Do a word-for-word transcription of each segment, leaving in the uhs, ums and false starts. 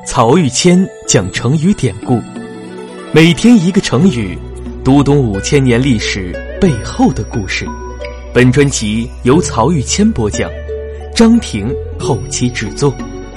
曹玉谦讲成语典故，每天一个成语，读懂五千年历史背后的故事。本专辑由曹玉谦播讲，张婷后期制作。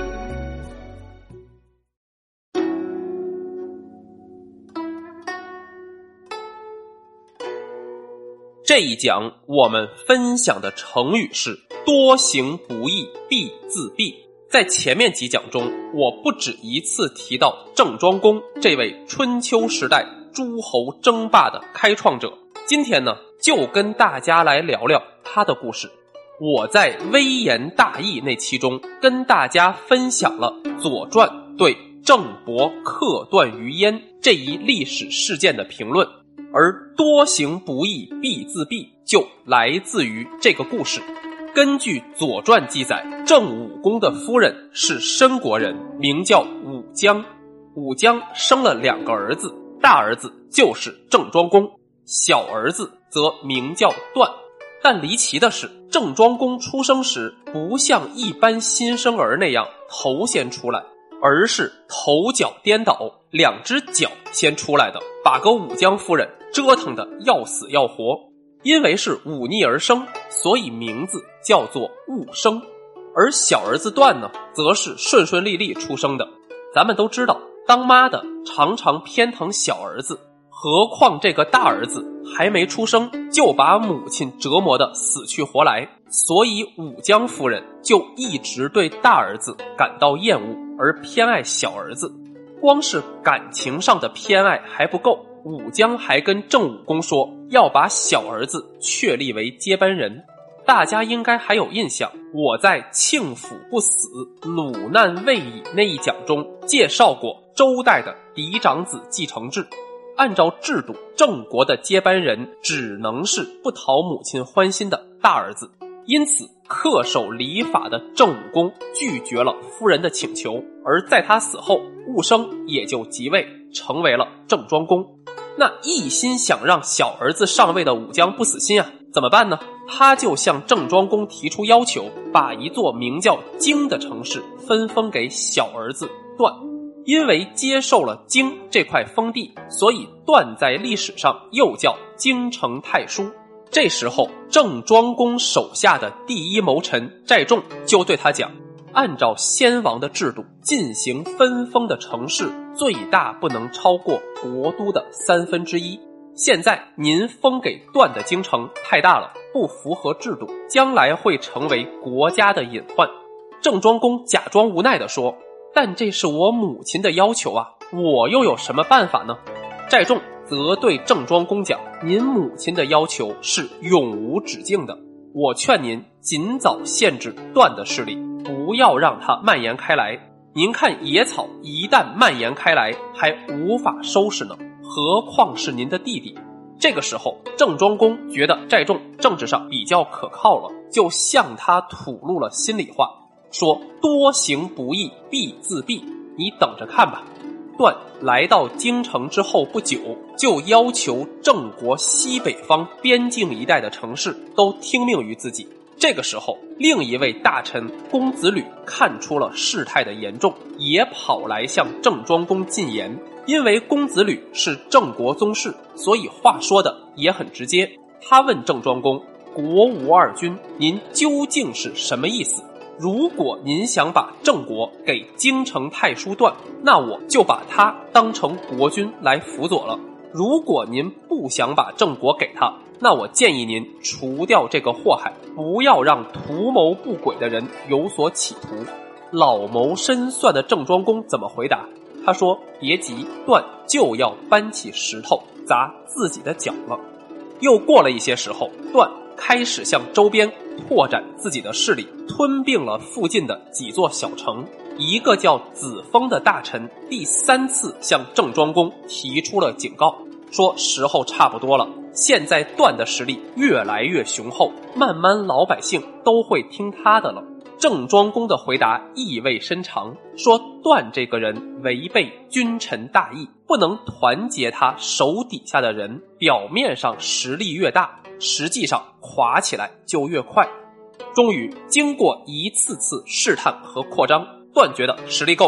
这一讲我们分享的成语是多行不义必自毙。在前面几讲中，我不止一次提到郑庄公这位春秋时代诸侯争霸的开创者。今天呢，就跟大家来聊聊他的故事。我在微言大义那期中跟大家分享了《左传》对郑伯克段于鄢这一历史事件的评论，而多行不义必自毙就来自于这个故事。根据《左传》记载，郑武公的夫人是申国人，名叫武姜。武姜生了两个儿子，大儿子就是郑庄公，小儿子则名叫段。但离奇的是，郑庄公出生时不像一般新生儿那样头先出来，而是头脚颠倒，两只脚先出来的，把个武姜夫人折腾得要死要活。因为是忤逆而生，所以名字叫做忤生。而小儿子段呢，则是顺顺利利出生的。咱们都知道，当妈的常常偏疼小儿子，何况这个大儿子还没出生就把母亲折磨得死去活来，所以武姜夫人就一直对大儿子感到厌恶，而偏爱小儿子。光是感情上的偏爱还不够，武姜还跟郑武公说要把小儿子确立为接班人。大家应该还有印象，我在庆府不死，鲁难未已那一讲中介绍过周代的嫡长子继承制。按照制度，郑国的接班人只能是不讨母亲欢心的大儿子，因此恪守礼法的郑武公拒绝了夫人的请求，而在他死后，忤生也就即位，成为了郑庄公。那一心想让小儿子上位的武姜不死心啊，怎么办呢？他就向郑庄公提出要求，把一座名叫京的城市分封给小儿子段。因为接受了京这块封地，所以段在历史上又叫京城太叔。这时候郑庄公手下的第一谋臣寨仲就对他讲，按照先王的制度进行分封的城市最大不能超过国都的三分之一，现在您封给段的京城太大了，不符合制度，将来会成为国家的隐患。郑庄公假装无奈地说，但这是我母亲的要求啊，我又有什么办法呢？寨仲则对郑庄公讲，您母亲的要求是永无止境的，我劝您尽早限制段的势力，不要让它蔓延开来。您看野草一旦蔓延开来，还无法收拾呢，何况是您的弟弟。这个时候郑庄公觉得寨仲政治上比较可靠了，就向他吐露了心里话，说多行不义必自毙，你等着看吧。段来到京城之后不久，就要求郑国西北方边境一带的城市都听命于自己。这个时候另一位大臣公子吕看出了事态的严重，也跑来向郑庄公进言。因为公子吕是郑国宗室，所以话说的也很直接。他问郑庄公，国无二君，您究竟是什么意思？如果您想把郑国给京城太叔段，那我就把他当成国君来辅佐了。如果您不想把郑国给他，那我建议您除掉这个祸害，不要让图谋不轨的人有所企图。老谋深算的郑庄公怎么回答？他说，别急，段就要搬起石头砸自己的脚了。又过了一些时候，段开始向周边拓展自己的势力，吞并了附近的几座小城。一个叫子封的大臣第三次向郑庄公提出了警告，说时候差不多了，现在段的实力越来越雄厚，慢慢老百姓都会听他的了。郑庄公的回答意味深长，说段这个人违背君臣大义，不能团结他手底下的人，表面上实力越大，实际上垮起来就越快。终于经过一次次试探和扩张，段觉得实力够了，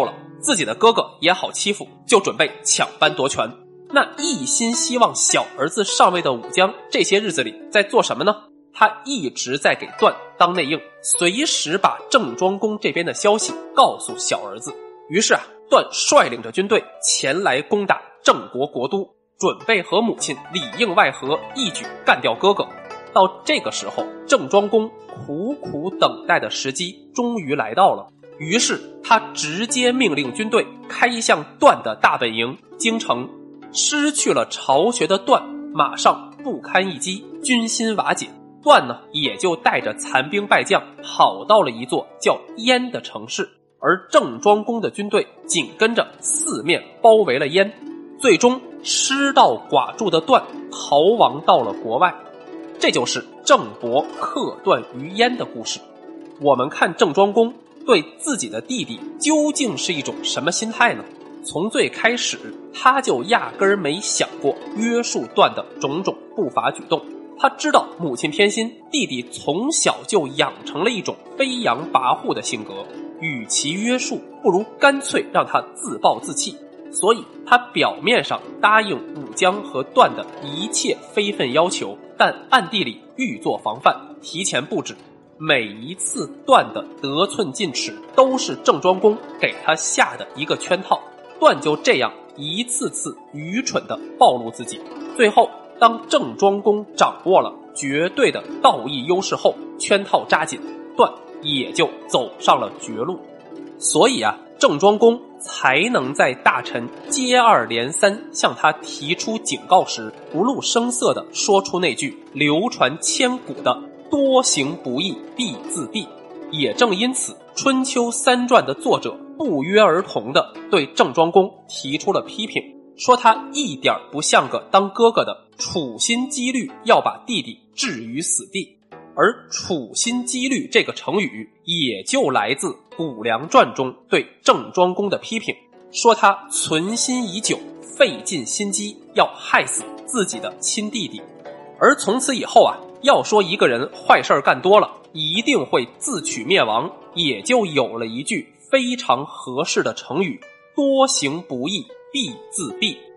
自己的哥哥也好欺负，就准备抢班夺权。那一心希望小儿子上位的武姜，这些日子里在做什么呢？他一直在给段当内应，随时把郑庄公这边的消息告诉小儿子。于是啊，段率领着军队前来攻打郑国国都，准备和母亲里应外合，一举干掉哥哥。到这个时候，郑庄公苦苦等待的时机终于来到了，于是他直接命令军队开向段的大本营京城。失去了巢穴的段马上不堪一击，军心瓦解。段呢，也就带着残兵败将跑到了一座叫燕的城市，而郑庄公的军队紧跟着四面包围了燕，最终失道寡助的段逃亡到了国外。这就是郑伯克段于燕的故事。我们看郑庄公对自己的弟弟究竟是一种什么心态呢？从最开始他就压根儿没想过约束段的种种不法举动。他知道母亲偏心，弟弟从小就养成了一种飞扬跋扈的性格，与其约束，不如干脆让他自暴自弃。所以他表面上答应武姜和段的一切非分要求，但暗地里预做防范，提前布置。每一次段的得寸进尺，都是郑庄公给他下的一个圈套。段就这样一次次愚蠢地暴露自己，最后当郑庄公掌握了绝对的道义优势后，圈套扎紧，段也就走上了绝路。所以啊，郑庄公才能在大臣接二连三向他提出警告时，不露声色地说出那句流传千古的多行不义必自毙。也正因此，春秋三传的作者不约而同地对郑庄公提出了批评，说他一点不像个当哥哥的，处心积虑要把弟弟置于死地。而处心积虑这个成语也就来自《谷梁传》中对郑庄公的批评，说他存心已久，费尽心机要害死自己的亲弟弟。而从此以后啊，要说一个人坏事干多了一定会自取灭亡，也就有了一句非常合适的成语：多行不义必自毙。